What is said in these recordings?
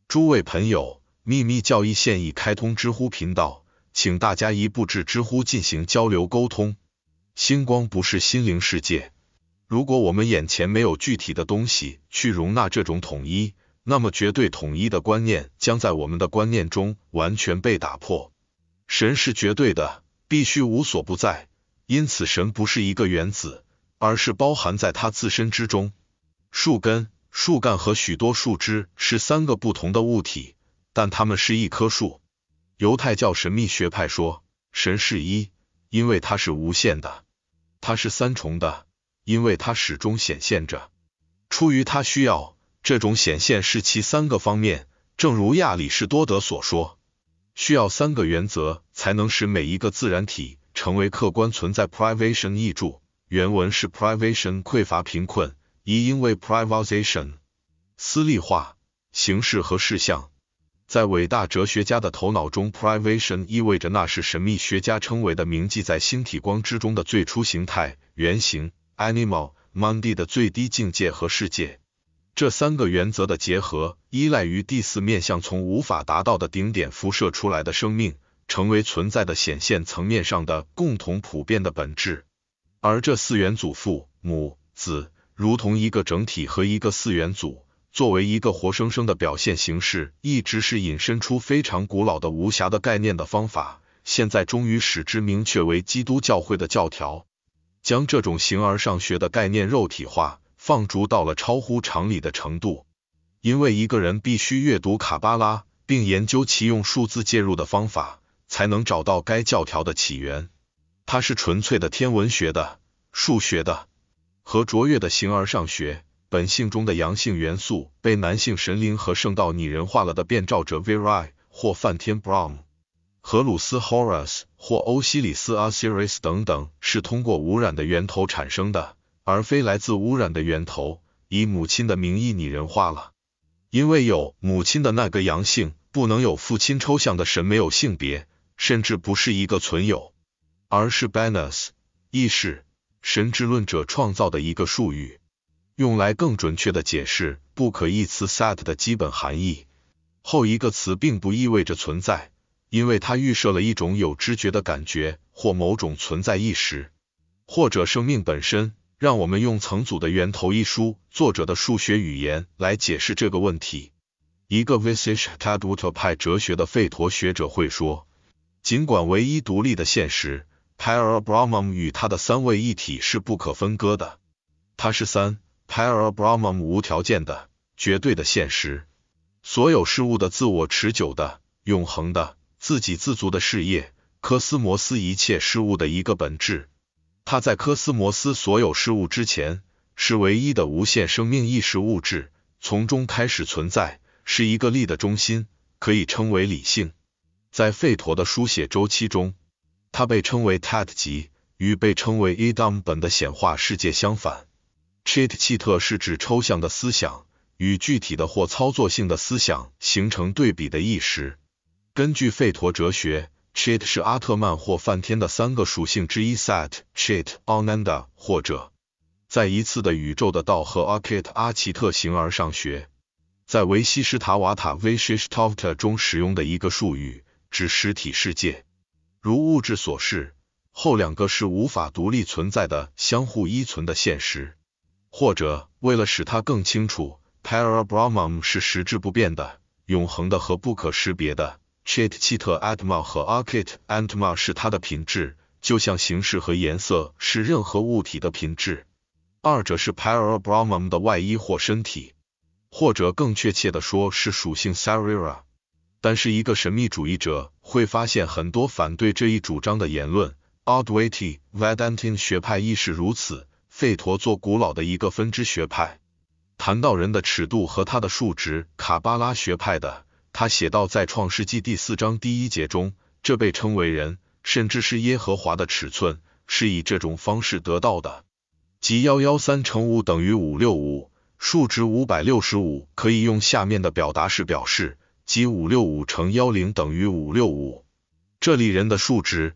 诸位朋友，秘密教义现已开通知乎频道，请大家一步至知乎进行交流沟通。星光不是心灵世界。如果我们眼前没有具体的东西去容纳这种统一，那么绝对统一的观念将在我们的观念中完全被打破。神是绝对的，必须无所不在，因此神不是一个原子，而是包含在它自身之中。树根、树干和许多树枝是三个不同的物体，但它们是一棵树。犹太教神秘学派说，神是一，因为它是无限的；它是三重的，因为它始终显现着。出于它需要，这种显现是其三个方面，正如亚里士多德所说，需要三个原则才能使每一个自然体成为客观存在。privation 译注，原文是 privation 匮乏贫困，亦因为 privatization 私立化形式和事项。在伟大哲学家的头脑中， privation 意味着那是神秘学家称为的铭记在星体光之中的最初形态、原型 animal mundi 的最低境界和世界。这三个原则的结合依赖于第四面向从无法达到的顶点辐射出来的生命，成为存在的显现层面上的共同普遍的本质。而这四元祖父、母、子如同一个整体和一个四元祖，作为一个活生生的表现形式，一直是引申出非常古老的无瑕的概念的方法，现在终于使之明确为基督教会的教条，将这种形而上学的概念肉体化，放逐到了超乎常理的程度。因为一个人必须阅读卡巴拉，并研究其用数字介入的方法，才能找到该教条的起源。它是纯粹的天文学的、数学的和卓越的形而上学。本性中的阳性元素被男性神灵和圣道拟人化了的变照者 Virai 或梵天 Brahm、荷鲁斯 Horus 或欧西里斯 Osiris 等等，是通过污染的源头产生的，而非来自污染的源头，以母亲的名义拟人化了。因为有母亲的那个阳性，不能有父亲。抽象的神没有性别，甚至不是一个存有，而是 Banus 意识神之论者创造的一个术语，用来更准确地解释不可一词 sat 的基本含义。后一个词并不意味着存在，因为它预设了一种有知觉的感觉或某种存在意识，或者生命本身。让我们用《层组的源头》一书作者的数学语言来解释这个问题。一个 Visishtadvita 派哲学的吠陀学者会说，尽管唯一独立的现实 Parabrahman 与它的三位一体是不可分割的，它是三 Parabrahman 无条件的、绝对的现实，所有事物的自我持久的、永恒的、自给自足的事业，科斯摩斯一切事物的一个本质。它在科斯摩斯所有事物之前，是唯一的无限生命意识物质，从中开始存在，是一个力的中心，可以称为理性。在吠陀的书写周期中，它被称为 Tat 即与被称为 Idam 本的显化世界相反。Chit 契特是指抽象的思想与具体的或操作性的思想形成对比的意识。根据吠陀哲学，Chit 是阿特曼或梵天的三个属性之一 Sat、Chit、Ananda， 或者在一次的宇宙的道和 Akit 阿奇特形而上学，在维希什塔瓦塔 Vishishtavta 中使用的一个术语，指实体世界。如物质所示，后两个是无法独立存在的相互依存的现实。或者为了使它更清楚， Parabrahman 是实质不变的、永恒的和不可识别的。Chit 契特 Atma 和 Akit Antma 是它的品质，就像形式和颜色是任何物体的品质。二者是 Parabrahman 的外衣或身体，或者更确切地说是属性 Sarira。但是一个神秘主义者会发现很多反对这一主张的言论。Advaiti Vedantin 学派亦是如此，吠陀做古老的一个分支学派。谈到人的尺度和它的数值，卡巴拉学派的他写道，在创世纪第4章第1节中，这被称为人，甚至是耶和华的尺寸，是以这种方式得到的。即113乘5等于565，数值565可以用下面的表达式表示，即565乘10等于565。这里人的数值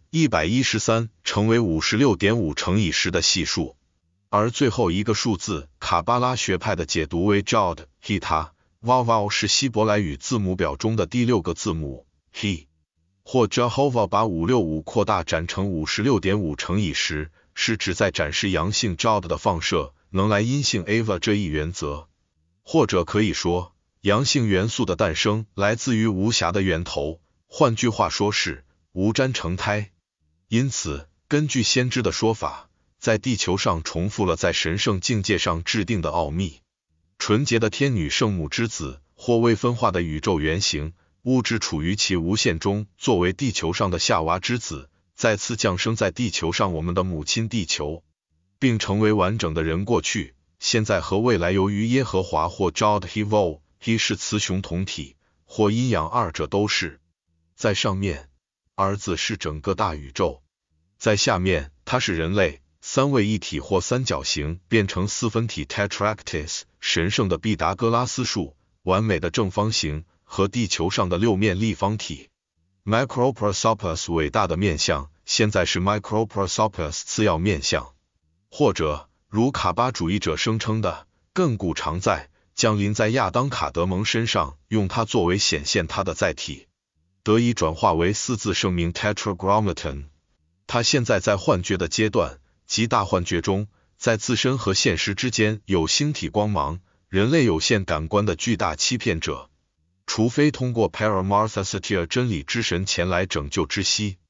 113成为 56.5 乘以10的系数。而最后一个数字，卡巴拉学派的解读为 Jod Hita Vavau 是希伯来语字母表中的第6个字母 He， 或 Jehovah 把565扩大展成 56.5 乘以10，是指在展示阳性 Jod 的放射能来阴性 Ava 这一原则，或者可以说，阳性元素的诞生来自于无瑕的源头，换句话说是无沾成胎。因此，根据先知的说法，在地球上重复了在神圣境界上制定的奥秘。纯洁的天女圣母之子，或未分化的宇宙原型，物质处于其无限中，作为地球上的夏娃之子，再次降生在地球上我们的母亲地球，并成为完整的人。过去、现在和未来由于耶和华或 Jod Hevo He 是雌雄同体，或阴阳二者都是。在上面，儿子是整个大宇宙；在下面，他是人类。三位一体或三角形变成四分体 Tetractys， 神圣的毕达哥拉斯数，完美的正方形和地球上的六面立方体。Microprosopus 伟大的面相，现在是 Microprosopus 次要面相，或者如卡巴主义者声称的，亘古常在，降临在亚当卡德蒙身上，用它作为显现它的载体，得以转化为四字圣名 Tetragrammaton。它现在在幻觉的阶段。即大幻觉中，在自身和现实之间有星体光芒，人类有限感官的巨大欺骗者，除非通过 Paramartha Satir 真理之神前来拯救之息。